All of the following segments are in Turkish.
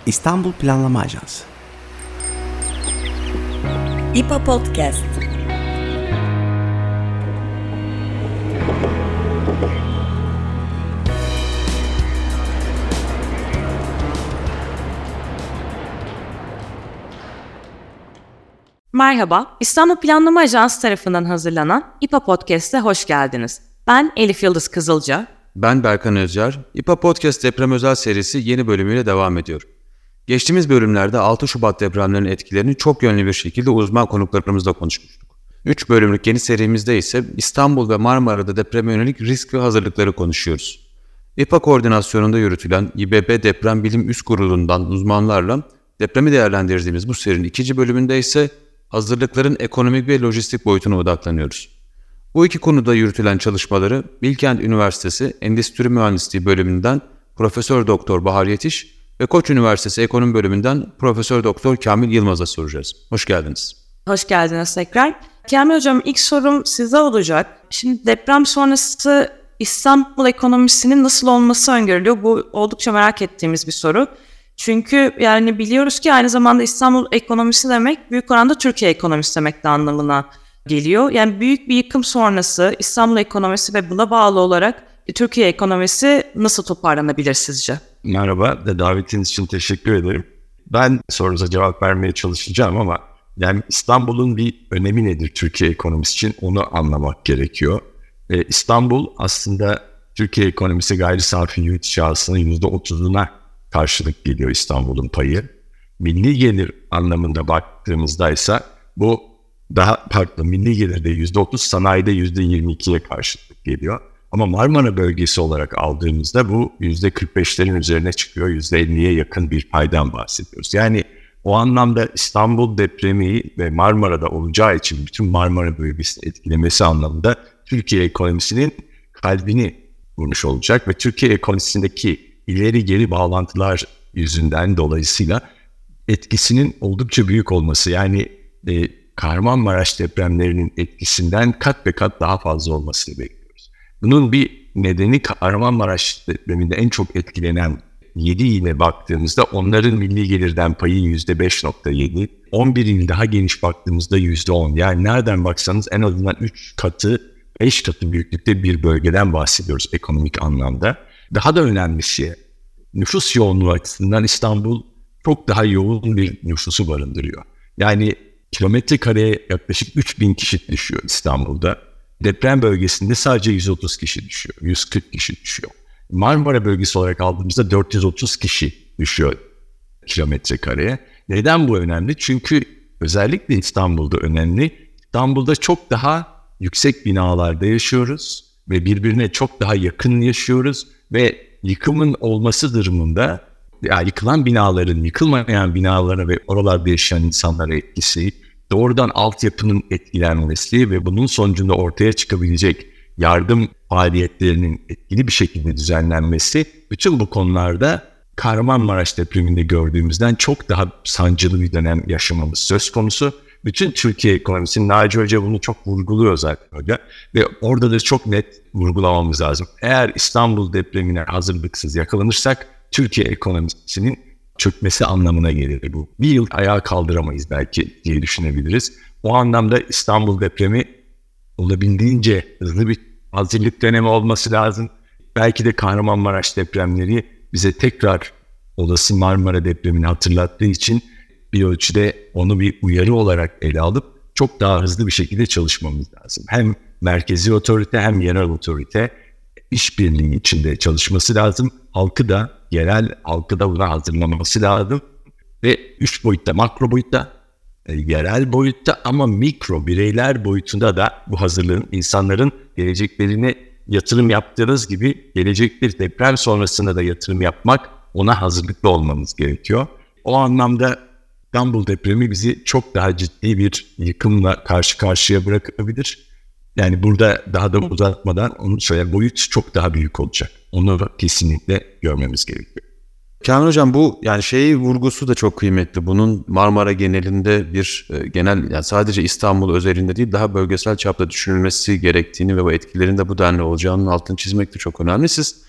İstanbul Planlama Ajansı. İPA Podcast. Merhaba, İstanbul Planlama Ajansı tarafından hazırlanan İPA Podcast'e hoş geldiniz. Ben Elif Yıldız Kızılca. Ben Berkan Özcar. İPA Podcast deprem özel serisi yeni bölümüyle devam ediyor. Geçtiğimiz bölümlerde 6 Şubat depremlerinin etkilerini çok yönlü bir şekilde uzman konuklarımızla konuşmuştuk. 3 bölümlük yeni serimizde ise İstanbul ve Marmara'da depreme yönelik risk ve hazırlıkları konuşuyoruz. İPA koordinasyonunda yürütülen İBB Deprem Bilim Üst Kurulu'ndan uzmanlarla depremi değerlendirdiğimiz bu serinin 2. bölümünde ise hazırlıkların ekonomik ve lojistik boyutuna odaklanıyoruz. Bu iki konuda yürütülen çalışmaları Bilkent Üniversitesi Endüstri Mühendisliği bölümünden Profesör Doktor Bahar Yetiş ve Koç Üniversitesi Ekonomi bölümünden Profesör Doktor Kamil Yılmaz'a soracağız. Hoş geldiniz. Hoş geldiniz tekrar. Kamil Hocam, ilk sorum size olacak. Şimdi deprem sonrası İstanbul ekonomisinin nasıl olması öngörülüyor? Bu oldukça merak ettiğimiz bir soru. Çünkü yani biliyoruz ki aynı zamanda İstanbul ekonomisi demek büyük oranda Türkiye ekonomisi demek de anlamına geliyor. Yani büyük bir yıkım sonrası İstanbul ekonomisi ve buna bağlı olarak Türkiye ekonomisi nasıl toparlanabilir sizce? Merhaba, davetiniz için teşekkür ederim. Ben sorunuza cevap vermeye çalışacağım ama yani İstanbul'un bir önemi nedir Türkiye ekonomisi için onu anlamak gerekiyor. İstanbul aslında Türkiye ekonomisi gayri safi yurt içi hasılanın %30'una karşılık geliyor İstanbul'un payı. Milli gelir anlamında baktığımızda ise bu daha farklı. Milli gelirde %30, sanayide %22'ye karşılık geliyor. Ama Marmara bölgesi olarak aldığımızda bu %45'lerin üzerine çıkıyor. %50'ye yakın bir paydan bahsediyoruz. Yani o anlamda İstanbul depremi ve Marmara'da olacağı için bütün Marmara bölgesini etkilemesi anlamında Türkiye ekonomisinin kalbini vurmuş olacak ve Türkiye ekonomisindeki ileri geri bağlantılar yüzünden dolayısıyla etkisinin oldukça büyük olması, yani Kahramanmaraş depremlerinin etkisinden kat ve kat daha fazla olmasını bekliyoruz. Bunun bir nedeni Kahramanmaraş depreminde en çok etkilenen 7 ile baktığımızda onların milli gelirden payı %5.7, 11 il daha geniş baktığımızda %10. Yani nereden baksanız en azından 3 katı, 5 katı büyüklükte bir bölgeden bahsediyoruz ekonomik anlamda. Daha da önemlisi nüfus yoğunluğu açısından İstanbul çok daha yoğun bir nüfusu barındırıyor. Yani kilometre kareye yaklaşık 3000 kişi düşüyor İstanbul'da. Deprem bölgesinde sadece 130 kişi düşüyor, 140 kişi düşüyor. Marmara bölgesi olarak aldığımızda 430 kişi düşüyor kilometre kareye. Neden bu önemli? Çünkü özellikle İstanbul'da önemli. İstanbul'da çok daha yüksek binalarda yaşıyoruz ve birbirine çok daha yakın yaşıyoruz ve yıkımın olması durumunda yıkılan binaların yıkılmayan binalara ve oralarda yaşayan insanlara etkisi, doğrudan altyapının etkilenmesi ve bunun sonucunda ortaya çıkabilecek yardım faaliyetlerinin etkili bir şekilde düzenlenmesi, bütün bu konularda Kahramanmaraş depreminde gördüğümüzden çok daha sancılı bir dönem yaşamamız söz konusu. Bütün Türkiye ekonomisinin, Naci Hoca bunu çok vurguluyor zaten hoca ve orada da çok net vurgulamamız lazım. Eğer İstanbul depremine hazırlıksız yakalanırsak Türkiye ekonomisinin çökmesi anlamına gelir bu. Bir yıl ayağa kaldıramayız belki diye düşünebiliriz. O anlamda İstanbul depremi olabildiğince hızlı bir hazırlık dönemi olması lazım. Belki de Kahramanmaraş depremleri bize tekrar olası Marmara depremini hatırlattığı için bir ölçüde onu bir uyarı olarak ele alıp çok daha hızlı bir şekilde çalışmamız lazım. Hem merkezi otorite hem yerel otorite işbirliği içinde çalışması lazım. Halkı da, yerel halkı da buna hazırlaması lazım. Ve 3 boyutta, makro boyutta, yerel boyutta ama mikro bireyler boyutunda da bu hazırlığın insanların geleceklerine yatırım yaptığınız gibi gelecek bir deprem sonrasında da yatırım yapmak, ona hazırlıklı olmamız gerekiyor. O anlamda İstanbul depremi bizi çok daha ciddi bir yıkımla karşı karşıya bırakabilir. Yani burada daha da uzatmadan onu söyleyeyim, boyut çok daha büyük olacak. Onu kesinlikle görmemiz gerekiyor. Kamil Hocam, bu yani vurgusu da çok kıymetli. Bunun Marmara genelinde bir genel, yani sadece İstanbul özelinde değil, daha bölgesel çapta düşünülmesi gerektiğini ve bu etkilerin de bu denli olacağının altını çizmek de çok önemli. Siz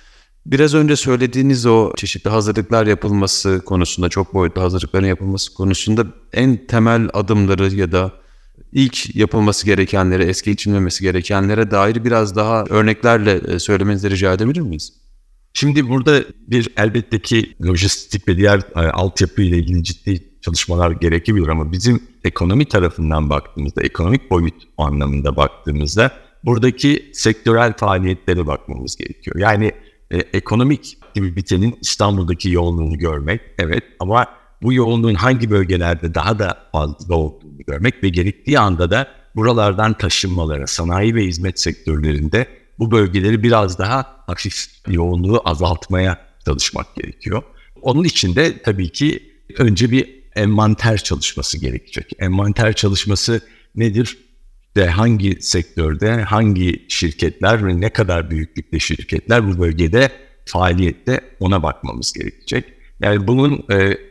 Biraz önce söylediğiniz o çeşitli hazırlıklar yapılması konusunda, çok boyutlu hazırlıkların yapılması konusunda en temel adımları ya da ilk yapılması gerekenlere, es geçilmemesi gerekenlere dair biraz daha örneklerle söylemenizi rica edebilir miyiz? Şimdi burada elbette ki lojistik ve diğer altyapı ile ilgili ciddi çalışmalar gerekebilir ama bizim ekonomi tarafından baktığımızda, ekonomik boyut anlamında baktığımızda buradaki sektörel faaliyetlere bakmamız gerekiyor. Yani ekonomik aktivitenin İstanbul'daki yoğunluğunu görmek, evet, ama bu yoğunluğun hangi bölgelerde daha da fazla olduğunu görmek ve gerektiği anda da buralardan taşınmalara, sanayi ve hizmet sektörlerinde bu bölgeleri biraz daha hafif yoğunluğu azaltmaya çalışmak gerekiyor. Onun için de tabii ki önce bir envanter çalışması gerekecek. Envanter çalışması nedir? De hangi sektörde, hangi şirketler ve ne kadar büyüklükte şirketler bu bölgede faaliyette, ona bakmamız gerekecek. Yani bunun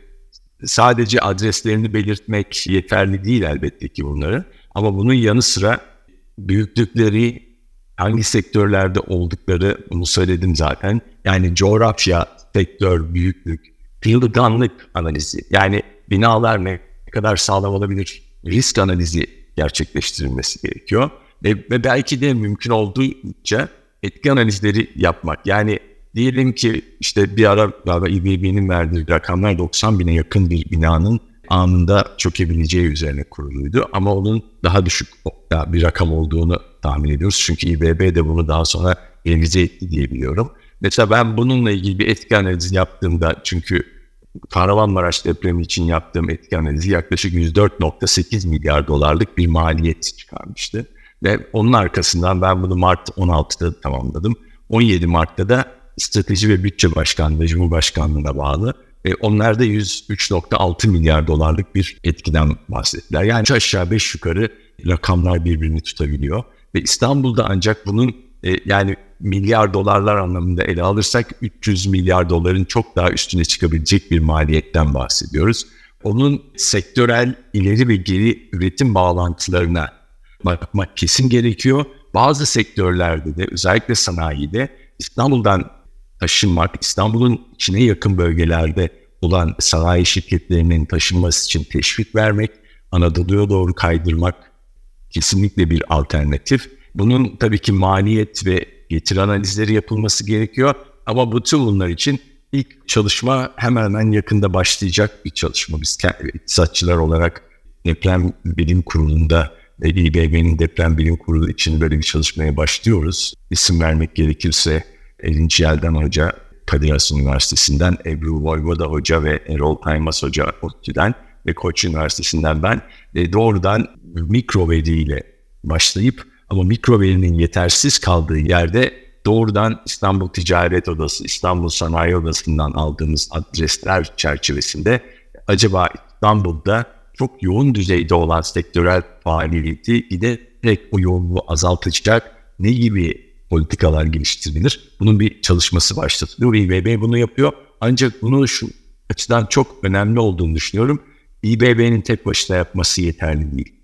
sadece adreslerini belirtmek yeterli değil elbette ki bunları. Ama bunun yanı sıra büyüklükleri, hangi sektörlerde oldukları, bunu söyledim zaten. Yani coğrafya, sektör, büyüklük, kırılganlık analizi. Yani binalar ne kadar sağlam olabilir, risk analizi gerçekleştirilmesi gerekiyor. Ve belki de mümkün olduğunca etki analizleri yapmak. Yani diyelim ki işte bir ara İBB'nin verdiği rakamlar 90 bine yakın bir binanın anında çökebileceği üzerine kuruluydu. Ama onun daha düşük bir rakam olduğunu tahmin ediyoruz. Çünkü İBB de bunu daha sonra revize etti diye biliyorum. Mesela ben bununla ilgili bir etki analizi yaptığımda, çünkü Kahramanmaraş depremi için yaptığım etki analizi yaklaşık 104.8 milyar dolarlık bir maliyet çıkarmıştı. Ve onun arkasından ben bunu Mart 16'da tamamladım. 17 Mart'ta da Strateji ve Bütçe Başkanlığı, Cumhurbaşkanlığı'na bağlı. Onlar da 103.6 milyar dolarlık bir etkiden bahsettiler. Yani aşağı 5 yukarı rakamlar birbirini tutabiliyor. Ve İstanbul'da ancak bunun yani milyar dolarlar anlamında ele alırsak 300 milyar doların çok daha üstüne çıkabilecek bir maliyetten bahsediyoruz. Onun sektörel ileri ve geri üretim bağlantılarına bakmak kesin gerekiyor. Bazı sektörlerde de, özellikle sanayide, İstanbul'dan taşınmak, İstanbul'un içine yakın bölgelerde olan sanayi şirketlerinin taşınması için teşvik vermek, Anadolu'ya doğru kaydırmak kesinlikle bir alternatif. Bunun tabii ki maliyet ve getiri analizleri yapılması gerekiyor. Ama bütün bunlar için ilk çalışma hemen yakında başlayacak bir çalışma. Biz iktisatçılar olarak Deprem Bilim Kurulu'nda ve İBB'nin Deprem Bilim Kurulu için böyle bir çalışmaya başlıyoruz. İsim vermek gerekirse Erinç Yelden Hoca, Kadir Has Üniversitesi'nden, Ebru Voyvoda Hoca ve Erol Taymaz Hoca ODTÜ'den ve Koç Üniversitesi'nden ben doğrudan mikro veriyle başlayıp, ama mikro verinin yetersiz kaldığı yerde doğrudan İstanbul Ticaret Odası, İstanbul Sanayi Odası'ndan aldığımız adresler çerçevesinde acaba İstanbul'da çok yoğun düzeyde olan sektörel faaliyeti giderek o yoğunluğu azaltacak ne gibi politikalar geliştirilir? Bunun bir çalışması başlatılıyor ve İBB bunu yapıyor. Ancak bunu şu açıdan çok önemli olduğunu düşünüyorum. İBB'nin tek başına yapması yeterli değil.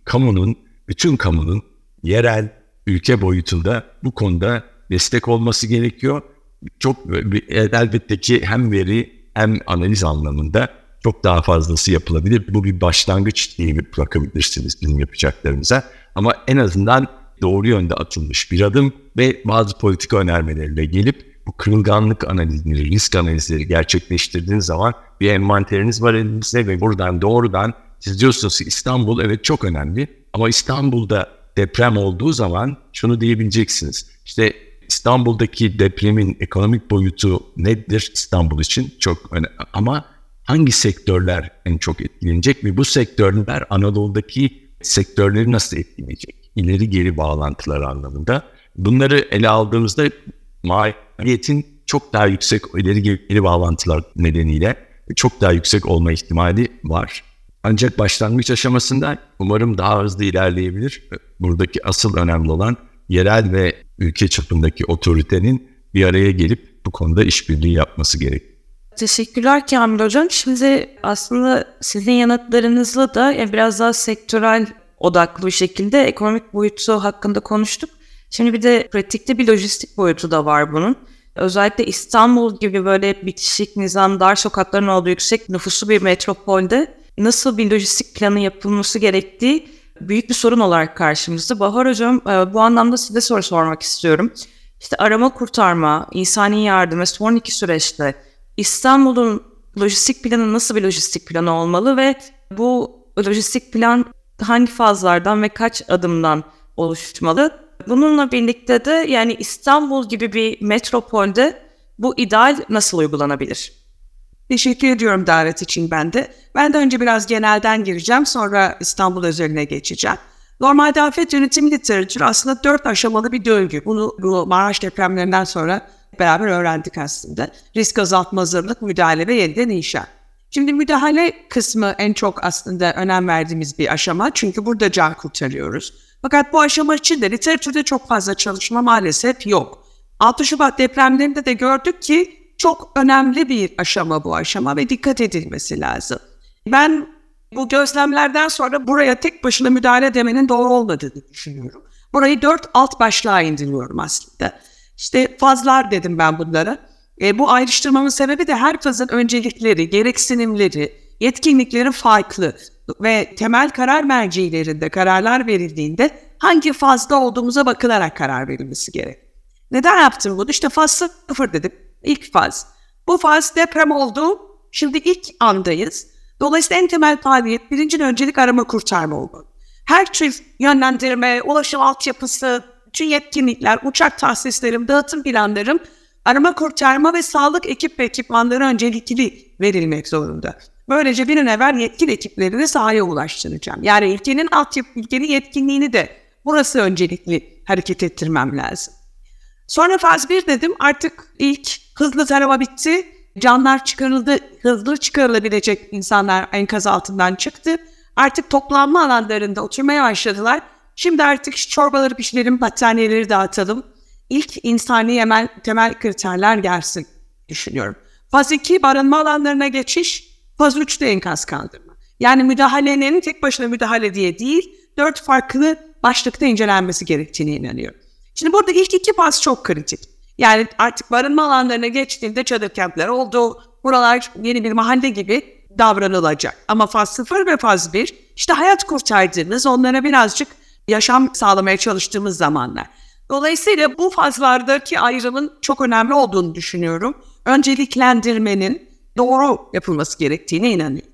Bütün kamunun yerel, ülke boyutunda bu konuda destek olması gerekiyor. Çok elbette ki hem veri hem analiz anlamında çok daha fazlası yapılabilir. Bu bir başlangıç diye bakabilirsiniz bizim yapacaklarımıza. Ama en azından doğru yönde atılmış bir adım ve bazı politika önermeleriyle gelip bu kırılganlık analizleri, risk analizleri gerçekleştirdiğiniz zaman bir envanteriniz var elinizde ve buradan doğrudan siz diyorsunuz ki İstanbul evet çok önemli, ama İstanbul'da deprem olduğu zaman şunu diyebileceksiniz. İşte İstanbul'daki depremin ekonomik boyutu nedir İstanbul için? Çok önemli. Ama hangi sektörler en çok etkilenecek ve bu sektörler Anadolu'daki sektörleri nasıl etkileyecek? İleri geri bağlantılar anlamında. Bunları ele aldığımızda maliyetin çok daha yüksek, ileri geri bağlantılar nedeniyle çok daha yüksek olma ihtimali var. Ancak başlangıç aşamasında umarım daha hızlı ilerleyebilir. Buradaki asıl önemli olan yerel ve ülke çapındaki otoritenin bir araya gelip bu konuda işbirliği yapması gerekiyor. Teşekkürler Kamil Hocam. Şimdi aslında sizin yanıtlarınızla da biraz daha sektörel odaklı bir şekilde ekonomik boyutu hakkında konuştuk. Şimdi bir de pratikte bir lojistik boyutu da var bunun. özellikle İstanbul gibi böyle bitişik nizam, dar sokakların olduğu yüksek nüfuslu bir metropolde nasıl bir lojistik planı yapılması gerektiği büyük bir sorun olarak karşımızda. Bahar Hocam, bu anlamda size soru sormak istiyorum. İşte arama kurtarma, insani yardım ve sonraki süreçte İstanbul'un lojistik planı nasıl bir lojistik planı olmalı ve bu lojistik plan hangi fazlardan ve kaç adımdan oluşmalı? Bununla birlikte de yani İstanbul gibi bir metropolde bu ideal nasıl uygulanabilir? Teşekkür ediyorum davet için ben de. Ben de önce biraz genelden gireceğim, sonra İstanbul özeline geçeceğim. Normalde afet yönetimi literatürü aslında 4 aşamalı bir döngü. Bunu bu Maraş depremlerinden sonra beraber öğrendik aslında. Risk azaltma, hazırlık, müdahale ve yeniden inşa. Şimdi müdahale kısmı en çok aslında önem verdiğimiz bir aşama. Çünkü burada can kurtarıyoruz. Fakat bu aşama için de literatürde çok fazla çalışma maalesef yok. 6 Şubat depremlerinde de gördük ki çok önemli bir aşama bu aşama ve dikkat edilmesi lazım. Ben bu gözlemlerden sonra buraya tek başına müdahale demenin doğru olmadığını düşünüyorum. Burayı 4 alt başlığa indiriyorum aslında. İşte fazlar dedim ben bunlara. Bu ayrıştırmamın sebebi de her fazın öncelikleri, gereksinimleri, yetkinlikleri farklı ve temel karar mercilerinde kararlar verildiğinde hangi fazda olduğumuza bakılarak karar verilmesi gerek. Neden yaptım bunu? İşte faz 0 dedim. İlk faz. Bu faz deprem oldu. Şimdi ilk andayız. Dolayısıyla en temel faaliyet birinci öncelik arama kurtarma olmalı. Her tür yönlendirme, ulaşım altyapısı, bütün yetkinlikler, uçak tahsislerim, dağıtım planlarım, arama kurtarma ve sağlık ekip ve ekipmanları öncelikli verilmek zorunda. Böylece bir an evvel yetkili ekiplerini sahaya ulaştıracağım. Yani ülkenin yetkinliğini de burası öncelikli hareket ettirmem lazım. Sonra faz 1 dedim, artık ilk hızlı tarama bitti. Canlar çıkarıldı, hızlı çıkarılabilecek insanlar enkaz altından çıktı. Artık toplanma alanlarında oturmaya başladılar. Şimdi artık çorbaları pişirelim, battaniyeleri dağıtalım. İlk insani temel kriterler gelsin düşünüyorum. Faz 2 barınma alanlarına geçiş, faz 3 de enkaz kaldırma. Yani müdahalenin tek başına müdahale diye değil, 4 farklı başlıkta incelenmesi gerektiğine inanıyorum. Şimdi burada ilk 2 faz çok kritik. Yani artık barınma alanlarına geçtiğinde çadır kamplar oldu. Buralar yeni bir mahalle gibi davranılacak. Ama faz 0 ve faz 1 işte hayat kurtardığımız, onlara birazcık yaşam sağlamaya çalıştığımız zamanlar. Dolayısıyla bu fazlardaki ayrımın çok önemli olduğunu düşünüyorum. Önceliklendirmenin doğru yapılması gerektiğine inanıyorum.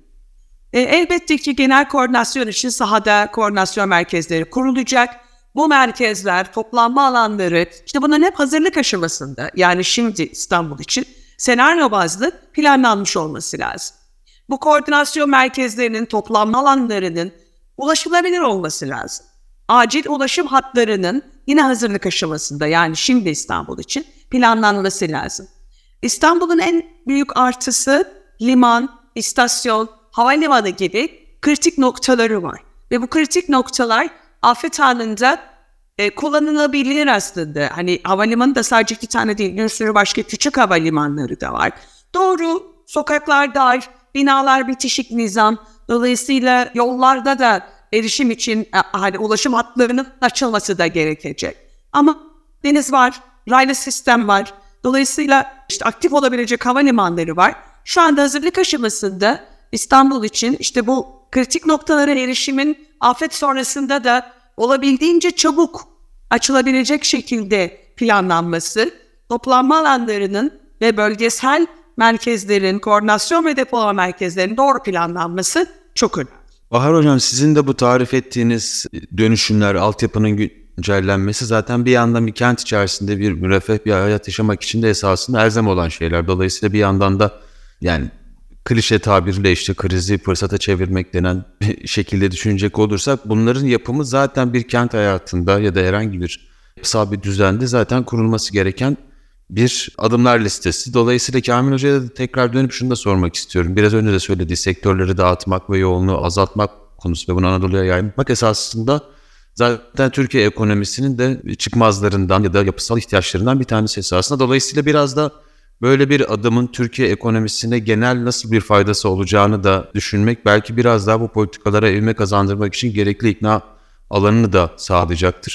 Elbette ki genel koordinasyon için sahada koordinasyon merkezleri kurulacak. Bu merkezler, toplanma alanları, işte bunların hep hazırlık aşamasında, yani şimdi İstanbul için senaryo bazlı planlanmış olması lazım. Bu koordinasyon merkezlerinin, toplanma alanlarının ulaşılabilir olması lazım. Acil ulaşım hatlarının yine hazırlık aşamasında, yani şimdi İstanbul için planlanması lazım. İstanbul'un en büyük artısı liman, istasyon, havalimanı gibi kritik noktaları var. Ve bu kritik noktalar afet anında kullanılabilir aslında. Hani havalimanı da sadece 2 tane değil, bir sürü başka küçük havalimanları da var. Doğru, sokaklar dar, binalar bitişik nizam. Dolayısıyla yollarda da erişim için hani ulaşım hatlarının açılması da gerekecek. Ama deniz var, raylı sistem var. Dolayısıyla işte aktif olabilecek havalimanları var. Şu anda hazırlık aşamasında İstanbul için işte bu kritik noktalara erişimin afet sonrasında da olabildiğince çabuk açılabilecek şekilde planlanması, toplanma alanlarının ve bölgesel merkezlerin, koordinasyon ve depolama merkezlerinin doğru planlanması çok önemli. Bahar Hocam, sizin de bu tarif ettiğiniz dönüşümler, altyapının güncellenmesi zaten bir yandan bir kent içerisinde bir müreffeh bir hayat yaşamak için de esasında elzem olan şeyler. Dolayısıyla bir yandan da yani klişe tabirle işte krizi fırsata çevirmek denen şekilde düşünecek olursak bunların yapımı zaten bir kent hayatında ya da herhangi bir yapısal bir düzende zaten kurulması gereken bir adımlar listesi. Dolayısıyla Kamil Hoca'ya da tekrar dönüp şunu da sormak istiyorum. Biraz önce de söylediği sektörleri dağıtmak ve yoğunluğu azaltmak konusu ve bunu Anadolu'ya yaymak esasında zaten Türkiye ekonomisinin de çıkmazlarından ya da yapısal ihtiyaçlarından bir tanesi esasında. Dolayısıyla biraz da böyle bir adımın Türkiye ekonomisine genel nasıl bir faydası olacağını da düşünmek belki biraz daha bu politikalara ivme kazandırmak için gerekli ikna alanını da sağlayacaktır.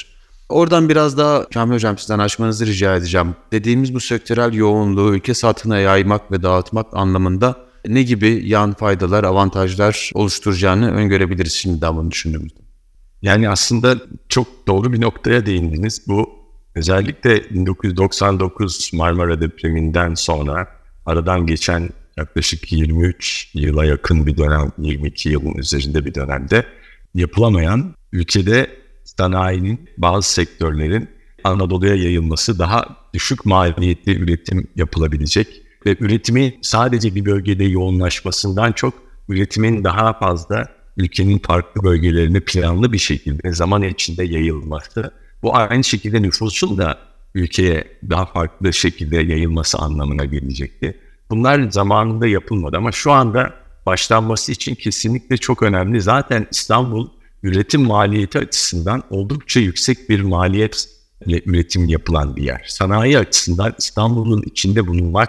Oradan biraz daha Kamil Hocam sizden açmanızı rica edeceğim. Dediğimiz bu sektörel yoğunluğu ülke satına yaymak ve dağıtmak anlamında ne gibi yan faydalar, avantajlar oluşturacağını öngörebiliriz şimdiden bunu düşündüğümüzde. Yani aslında çok doğru bir noktaya değindiniz. Bu özellikle 1999 Marmara depreminden sonra aradan geçen yaklaşık 23 yıla yakın bir dönem, 22 yılın üzerinde bir dönemde yapılamayan, ülkede sanayinin, bazı sektörlerin Anadolu'ya yayılması, daha düşük maliyetli üretim yapılabilecek ve üretimin sadece bir bölgede yoğunlaşmasından çok üretimin daha fazla ülkenin farklı bölgelerine planlı bir şekilde zaman içinde yayılması, bu aynı şekilde nüfusun da ülkeye daha farklı şekilde yayılması anlamına gelecekti. Bunlar zamanında yapılmadı ama şu anda başlanması için kesinlikle çok önemli. Zaten İstanbul üretim maliyeti açısından oldukça yüksek bir maliyetle üretim yapılan bir yer. Sanayi açısından İstanbul'un içinde bulunmak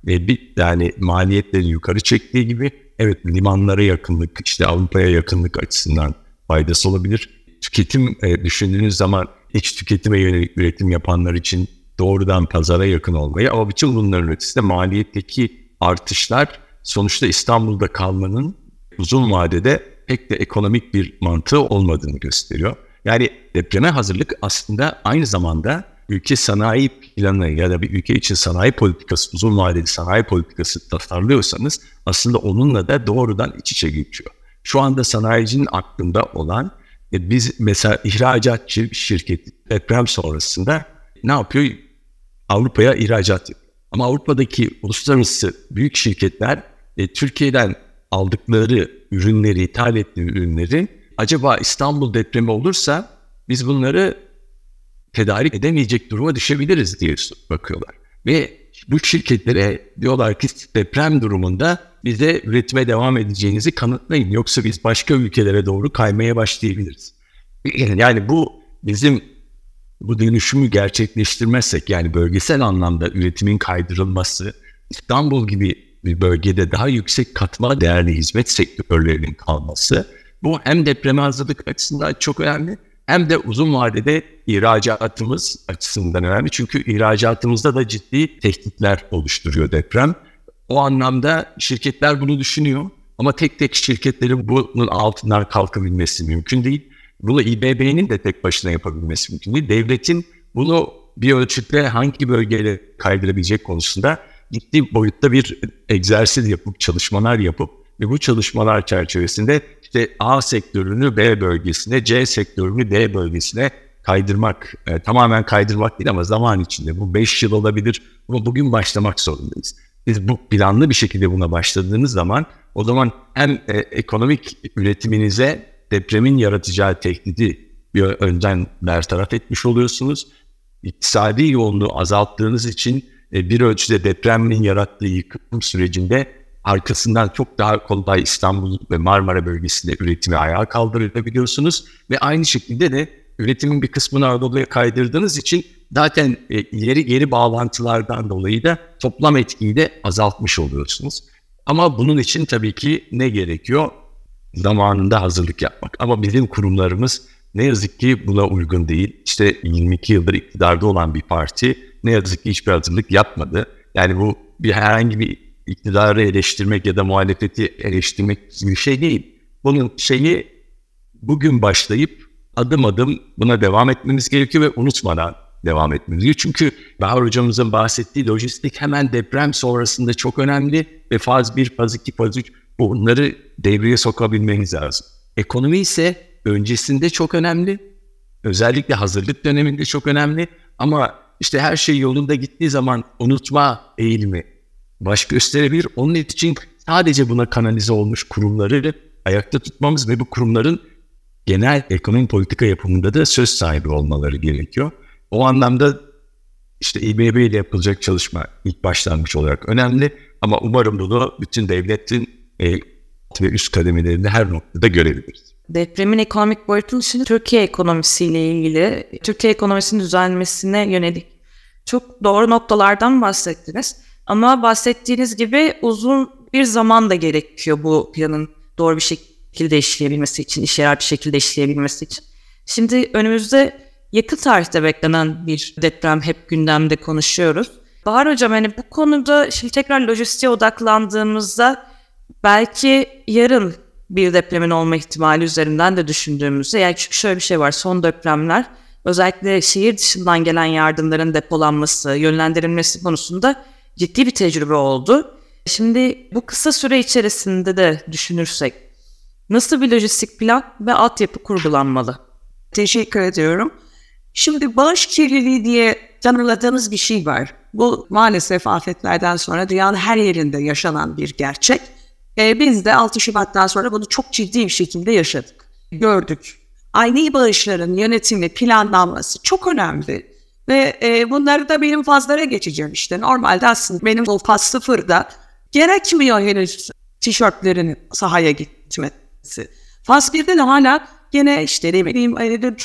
yani maliyetleri yukarı çektiği gibi, evet, limanlara yakınlık, işte Avrupa'ya yakınlık açısından faydası olabilir. Tüketim düşündüğünüz zaman iç tüketime yönelik üretim yapanlar için doğrudan pazara yakın olmayı, ama bütün bunların ötesinde maliyetteki artışlar sonuçta İstanbul'da kalmanın uzun vadede pek de ekonomik bir mantığı olmadığını gösteriyor. Yani depreme hazırlık aslında aynı zamanda ülke sanayi planı ya da bir ülke için sanayi politikası, uzun vadeli sanayi politikası tasarlıyorsanız aslında onunla da doğrudan iç içe geçiyor. Şu anda sanayicinin aklında olan, biz mesela ihracatçı bir şirket deprem sonrasında ne yapıyor? Avrupa'ya ihracat yapıyor. Ama Avrupa'daki uluslararası büyük şirketler Türkiye'den aldıkları ürünleri, ithal ettiği ürünleri, acaba İstanbul depremi olursa biz bunları tedarik edemeyecek duruma düşebiliriz diye bakıyorlar. Ve bu şirketlere diyorlar ki deprem durumunda bize üretime devam edeceğinizi kanıtlayın. Yoksa biz başka ülkelere doğru kaymaya başlayabiliriz. Yani bizim bu dönüşümü gerçekleştirmezsek, yani bölgesel anlamda üretimin kaydırılması, İstanbul gibi bir bölgede daha yüksek katma değerli hizmet sektörlerinin kalması, bu hem depreme hazırlık açısından çok önemli, hem de uzun vadede ihracatımız açısından önemli. Çünkü ihracatımızda da ciddi tehditler oluşturuyor deprem. O anlamda şirketler bunu düşünüyor ama tek tek şirketlerin bunun altından kalkabilmesi mümkün değil. Bunu İBB'nin de tek başına yapabilmesi mümkün değil. Devletin bunu bir ölçütle hangi bölgeyle kaydırabilecek konusunda ciddi boyutta bir egzersiz yapıp, çalışmalar yapıp ve bu çalışmalar çerçevesinde işte A sektörünü B bölgesine, C sektörünü D bölgesine kaydırmak, tamamen kaydırmak değil ama zaman içinde, bu 5 yıl olabilir ama bugün başlamak zorundayız. Biz bu planlı bir şekilde buna başladığınız zaman, o zaman hem ekonomik üretiminize depremin yaratacağı tehdidi bir önden bertaraf etmiş oluyorsunuz. İktisadi yoğunluğu azalttığınız için bir ölçüde depremin yarattığı yıkım sürecinde arkasından çok daha kolay İstanbul ve Marmara bölgesinde üretimi ayağa kaldırabiliyorsunuz. Ve aynı şekilde de üretimin bir kısmını Anadolu'ya kaydırdığınız için zaten ileri geri bağlantılardan dolayı da toplam etkiyi de azaltmış oluyorsunuz. Ama bunun için tabii ki ne gerekiyor? Zamanında hazırlık yapmak. Ama bizim kurumlarımız ne yazık ki buna uygun değil. İşte 22 yıldır iktidarda olan bir parti ne yazık ki hiçbir hazırlık yapmadı. Yani bu herhangi bir iktidarı eleştirmek ya da muhalefeti eleştirmek gibi bir şey değil. Bunun şeyi bugün başlayıp adım adım buna devam etmemiz gerekiyor ve unutmadan devam etmemiz gerekiyor. Çünkü Bahar Hocamızın bahsettiği lojistik hemen deprem sonrasında çok önemli ve faz 1, faz 2, faz 3 bunları devreye sokabilmeniz lazım. Ekonomi ise öncesinde çok önemli. Özellikle hazırlık döneminde çok önemli. Ama işte her şey yolunda gittiği zaman unutma eğilimi baş gösterebilir. Onun için sadece buna kanalize olmuş kurumları ayakta tutmamız ve bu kurumların genel ekonomi politika yapımında da söz sahibi olmaları gerekiyor. O anlamda işte İBB ile yapılacak çalışma ilk başlangıç olarak önemli. Ama umarım bunu bütün devletin ve üst kademelerinde her noktada görebiliriz. Depremin ekonomik boyutunun dışında Türkiye ekonomisiyle ilgili, Türkiye ekonomisinin düzelmesine yönelik çok doğru noktalardan bahsettiniz. Ama bahsettiğiniz gibi uzun bir zaman da gerekiyor bu planın doğru bir şekilde işleyebilmesi için, işe yarar bir şekilde işleyebilmesi için. Şimdi önümüzde yakın tarihte beklenen bir deprem hep gündemde konuşuyoruz. Bahar Hocam, hani bu konuda şimdi tekrar lojistiğe odaklandığımızda belki yarın bir depremin olma ihtimali üzerinden de düşündüğümüzde, yani çünkü şöyle bir şey var, son depremler özellikle şehir dışından gelen yardımların depolanması, yönlendirilmesi konusunda ciddi bir tecrübe oldu. Şimdi bu kısa süre içerisinde de düşünürsek nasıl bir lojistik plan ve altyapı kurgulanmalı? Teşekkür ediyorum. Şimdi bağış kirliliği diye tanımladığımız bir şey var. Bu maalesef afetlerden sonra dünyanın her yerinde yaşanan bir gerçek. Biz de 6 Şubat'tan sonra bunu çok ciddi bir şekilde yaşadık, gördük. Ani bağışların yönetimi, planlanması çok önemli. Ve bunları da benim fazlara geçeceğim işte. Normalde aslında benim o faz 0'da gerekmiyor henüz tişörtlerin sahaya gitmesi. Faz 1'de de hala gene işte ne bileyim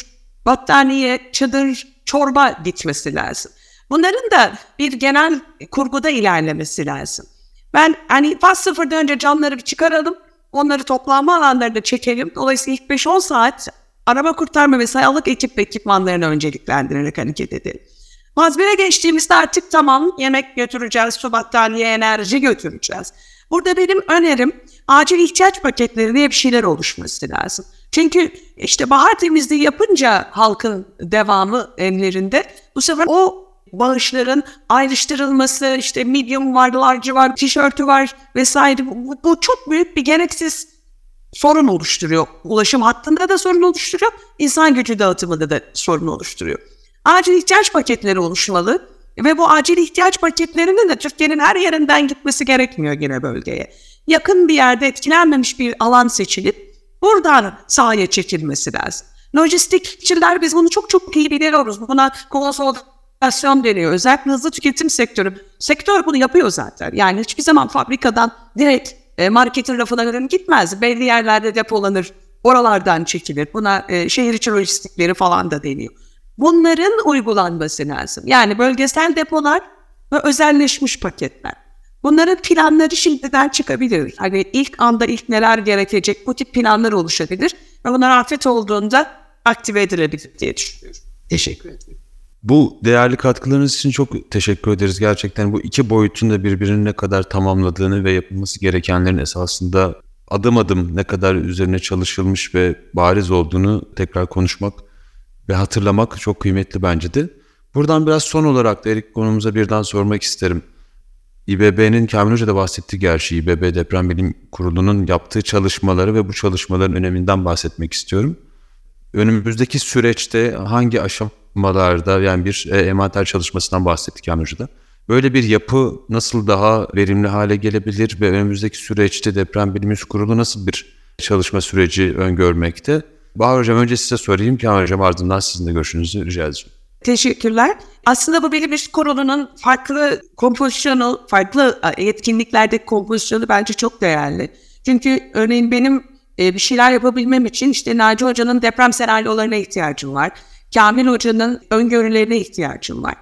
battaniye, çadır, çorba gitmesi lazım. Bunların da bir genel kurguda ilerlemesi lazım. Ben hani faz 0'da önce camları bir çıkaralım, onları toplanma alanlarına çekelim. Dolayısıyla ilk 5-10 saat arama kurtarma ve sağlık ekip ve ekipmanlarını önceliklendirerek hareket edelim. Faz 1'e geçtiğimizde artık tamam, yemek götüreceğiz, su, battaniye, enerji götüreceğiz. Burada benim önerim acil ihtiyaç paketleri diye bir şeyler oluşması lazım. Çünkü işte bahar temizliği yapınca halkın devamı ellerinde bu sefer o bağışların ayrıştırılması, işte medium var, large var, tişörtü var vesaire, bu çok büyük bir gereksiz sorun oluşturuyor. Ulaşım hattında da sorun oluşturuyor, insan gücü dağıtımında da sorun oluşturuyor. Acil ihtiyaç paketleri oluşmalı ve bu acil ihtiyaç paketlerinin de Türkiye'nin her yerinden gitmesi gerekmiyor yine bölgeye. Yakın bir yerde etkilenmemiş bir alan seçilip buradan sahaya çekilmesi lazım. Lojistikçiler biz bunu çok iyi biliyoruz. Buna konsolidasyon deniyor. Özellikle hızlı tüketim sektörü. Sektör bunu yapıyor zaten. Yani hiçbir zaman fabrikadan direkt marketin rafına gitmez. Belli yerlerde depolanır. Oralardan çekilir. Buna şehir içi lojistikleri falan da deniyor. Bunların uygulanması lazım. Yani bölgesel depolar ve özelleşmiş paketler. Bunların planları şimdiden çıkabilir. Hani ilk neler gerekecek, bu tip planlar oluşabilir. Ve bunlar afet olduğunda aktive edilebilir diye düşünüyorum. Teşekkür ederim. Bu değerli katkılarınız için çok teşekkür ederiz. Gerçekten bu iki boyutun da birbirini ne kadar tamamladığını ve yapılması gerekenlerin esasında adım adım ne kadar üzerine çalışılmış ve bariz olduğunu tekrar konuşmak ve hatırlamak çok kıymetli bence de. Buradan biraz son olarak da ilk konumuza birden sormak isterim. İBB'nin, Kamil Hoca da bahsetti gerçi, İBB Deprem Bilim Kurulu'nun yaptığı çalışmaları ve bu çalışmaların öneminden bahsetmek istiyorum. Önümüzdeki süreçte hangi aşamalarda, yani bir envanter çalışmasından bahsettik Kamil Hoca da. Böyle bir yapı nasıl daha verimli hale gelebilir ve önümüzdeki süreçte Deprem Bilim Kurulu nasıl bir çalışma süreci öngörmekte? Bahar Hocam, önce size sorayım, Kamil Hocam ardından sizin de görüşünüzü rica edeceğim. Teşekkürler. Aslında bu Bilim Kurulu'nun farklı kompozisyonu, farklı etkinliklerdeki kompozisyonu bence çok değerli. Çünkü örneğin benim bir şeyler yapabilmem için işte Naci Hoca'nın deprem senaryolarına ihtiyacım var. Kamil Hoca'nın öngörülerine ihtiyacım var.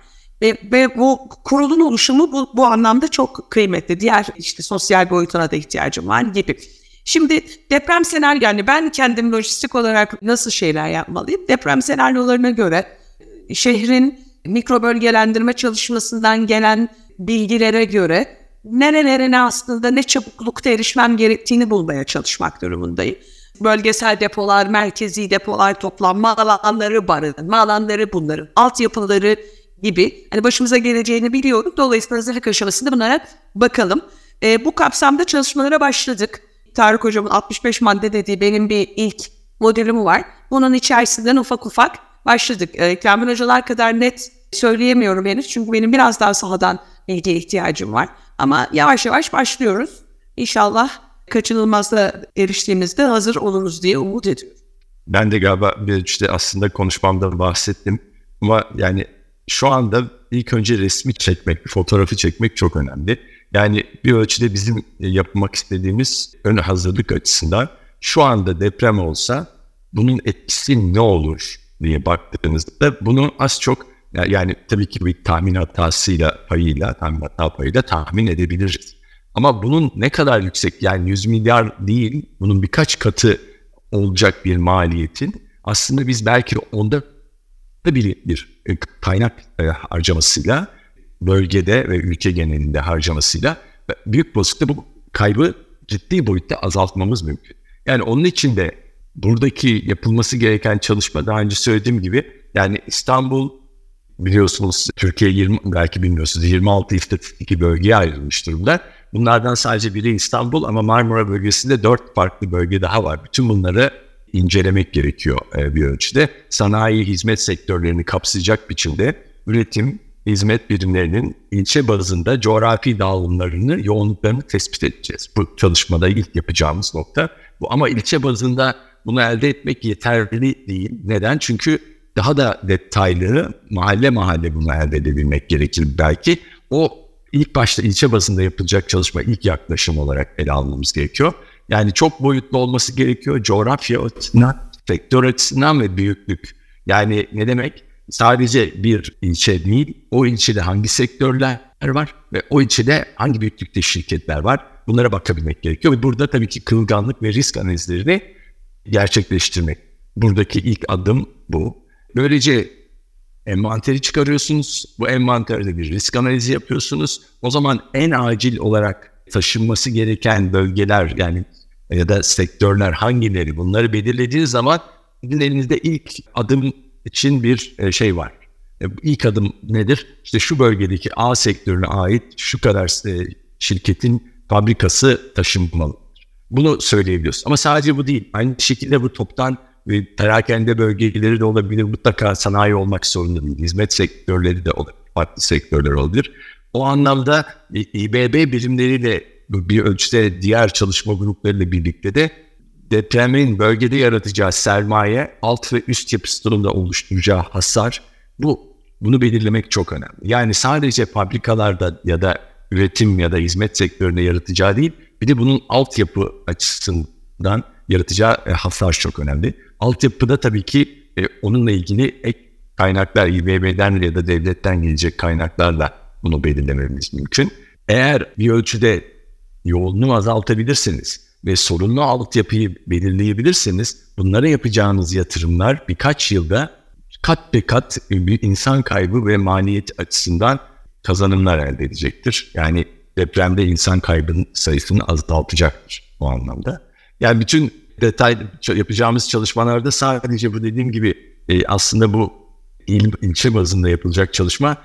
Ve bu kurulun oluşumu bu anlamda çok kıymetli. Diğer işte sosyal boyutuna da ihtiyacım var gibi. Şimdi deprem senaryo, yani ben kendim lojistik olarak nasıl şeyler yapmalıyım? Deprem senaryolarına göre şehrin mikro bölgelendirme çalışmasından gelen bilgilere göre nerelerine aslında ne çabuklukta erişmem gerektiğini bulmaya çalışmak durumundayım. Bölgesel depolar, merkezi depolar, toplanma alanları, barınma alanları, bunların altyapıları gibi. Hani başımıza geleceğini biliyorum. Dolayısıyla hazırlık aşamasında bunlara bakalım. Bu kapsamda çalışmalara başladık. Tarık Hocam'ın 65 madde dediği benim bir ilk modülüm var. Bunun içerisinden ufak ufak başladık. Kamil Hocalar kadar net söyleyemiyorum henüz. Çünkü benim biraz daha sahadan bilgiye ihtiyacım var. Ama yavaş yavaş başlıyoruz. İnşallah kaçınılmazda eriştiğimizde hazır oluruz diye umut ediyorum. Ben de galiba işte aslında konuşmamda bahsettim. Ama yani şu anda ilk önce resmi çekmek, fotoğrafı çekmek çok önemli. Yani bir ölçüde bizim yapmak istediğimiz ön hazırlık açısından şu anda deprem olsa bunun etkisi ne olur diye baktığınızda bunu az çok, yani tabii ki bir tahmin hatasıyla payıyla tahmin edebiliriz. Ama bunun ne kadar yüksek, yani 100 milyar değil, bunun birkaç katı olacak bir maliyetin aslında biz belki onda bir kaynak harcamasıyla, bölgede ve ülke genelinde harcamasıyla büyük boyutta bu kaybı ciddi boyutta azaltmamız mümkün. Yani onun için de buradaki yapılması gereken çalışma, daha önce söylediğim gibi, yani İstanbul biliyorsunuz Türkiye belki bilmiyorsunuz 26 istatistik bölgeye ayrılmış durumda. Bunlardan sadece biri İstanbul ama Marmara bölgesinde 4 farklı bölge daha var. Bütün bunları incelemek gerekiyor bir ölçüde. Sanayi, hizmet sektörlerini kapsayacak biçimde üretim, hizmet birimlerinin ilçe bazında coğrafi dağılımlarını, yoğunluklarını tespit edeceğiz. Bu çalışmada ilk yapacağımız nokta bu. Ama ilçe bazında bunu elde etmek yeterli değil. Neden? Çünkü daha da detaylı mahalle mahalle bunu elde edebilmek gerekir belki. O ilk başta ilçe bazında yapılacak çalışma ilk yaklaşım olarak ele almamız gerekiyor. Yani çok boyutlu olması gerekiyor. Coğrafya açısından, sektör açısından ve büyüklük. Yani ne demek? Sadece bir ilçe değil, o ilçede hangi sektörler var ve o ilçede hangi büyüklükte şirketler var, bunlara bakabilmek gerekiyor. Ve burada tabii ki kırılganlık ve risk analizlerini gerçekleştirmek. Buradaki ilk adım bu. Böylece envanteri çıkarıyorsunuz, bu envanterde bir risk analizi yapıyorsunuz. O zaman en acil olarak taşınması gereken bölgeler yani ya da sektörler hangileri, bunları belirlediğiniz zaman elinizde ilk adım için bir şey var. İlk adım nedir? İşte şu bölgedeki A sektörüne ait şu kadar şirketin fabrikası taşınmalıdır. Bunu söyleyebiliyoruz. Ama sadece bu değil. Aynı şekilde bu toptan ve perakende bölgeleri de olabilir. Mutlaka sanayi olmak zorunda değil. Hizmet sektörleri de olabilir. Farklı sektörler olabilir. O anlamda İBB birimleriyle bir ölçüde diğer çalışma gruplarıyla birlikte de depremin bölgede yaratacağı sermaye, alt ve üst yapısında oluşturacağı hasar, bunu belirlemek çok önemli. Yani sadece fabrikalarda ya da üretim ya da hizmet sektöründe yaratacağı değil, bir de bunun altyapı açısından yaratacağı hasar çok önemli. Altyapıda tabii ki onunla ilgili ek kaynaklar, İBB'den ya da devletten gelecek kaynaklarla bunu belirlememiz mümkün. Eğer bir ölçüde yoğunluğu azaltabilirsiniz ve sorunlu altyapıyı belirleyebilirseniz bunlara yapacağınız yatırımlar birkaç yılda kat be kat bir insan kaybı ve maliyet açısından kazanımlar elde edecektir. Yani depremde insan kaybının sayısını azaltacaktır bu anlamda. Yani bütün detay yapacağımız çalışmalarda sadece bu dediğim gibi aslında bu ilçe bazında yapılacak çalışma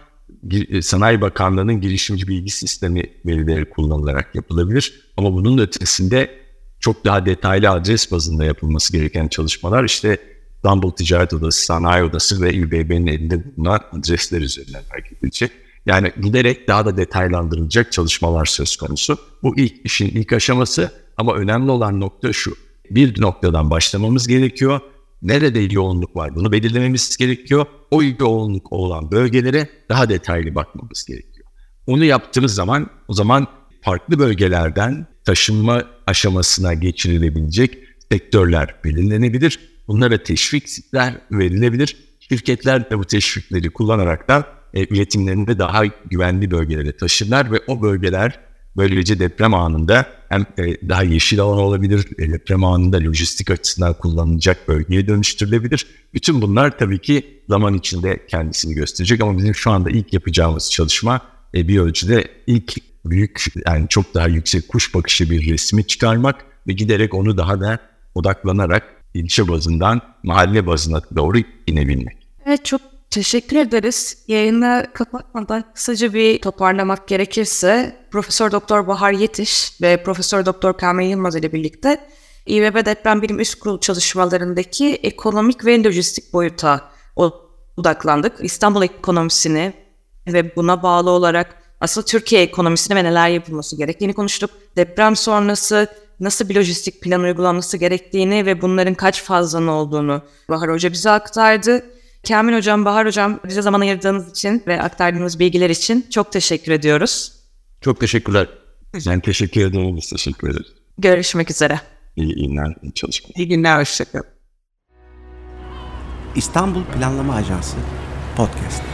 Sanayi Bakanlığı'nın girişimci bilgi sistemi verileri kullanılarak yapılabilir. Ama bunun ötesinde çok daha detaylı adres bazında yapılması gereken çalışmalar işte İstanbul Ticaret Odası, Sanayi Odası ve İBB'nin elinde bulunan adresler üzerinden hareket edilecek. Yani giderek daha da detaylandırılacak çalışmalar söz konusu. Bu işin ilk aşaması ama önemli olan nokta şu. Bir noktadan başlamamız gerekiyor. Nerede yoğunluk var bunu belirlememiz gerekiyor. O yoğunluk olan bölgelere daha detaylı bakmamız gerekiyor. Onu yaptığımız zaman o zaman farklı bölgelerden taşınma aşamasına geçirilebilecek sektörler belirlenebilir. Bunlara teşvikler verilebilir. Şirketler de bu teşvikleri kullanaraktan üretimlerini de daha güvenli bölgelere taşırlar ve o bölgeler böylece deprem anında hem daha yeşil alan olabilir, deprem anında lojistik açısından kullanılacak bölgeye dönüştürülebilir. Bütün bunlar tabii ki zaman içinde kendisini gösterecek ama bizim şu anda ilk yapacağımız çalışma bir ölçüde ilk büyük yani çok daha yüksek kuş bakışı bir resmi çıkarmak ve giderek onu daha da odaklanarak ilçe bazından mahalle bazına doğru inebilmek. Evet, çok teşekkür ederiz. Yayını kapatmadan kısaca bir toparlamak gerekirse Profesör Doktor Bahar Yetiş ve Profesör Doktor Kamil Yılmaz ile birlikte İBB Deprem Bilim Üst Kurulu çalışmalarındaki ekonomik ve lojistik boyuta odaklandık. İstanbul ekonomisini ve buna bağlı olarak aslında Türkiye ekonomisine ve neler yapılması gerektiğini konuştuk. Deprem sonrası nasıl bir lojistik plan uygulanması gerektiğini ve bunların kaç fazla olduğunu Bahar Hoca bize aktardı. Kamil Hocam, Bahar Hocam bize zaman ayırdığınız için ve aktardığınız bilgiler için çok teşekkür ediyoruz. Çok teşekkürler. Ben teşekkür ederim. Biz teşekkür ederiz. Görüşmek üzere. İyi günler, iyi çalışmalar. İyi günler, hoşçakalın. İstanbul Planlama Ajansı Podcast.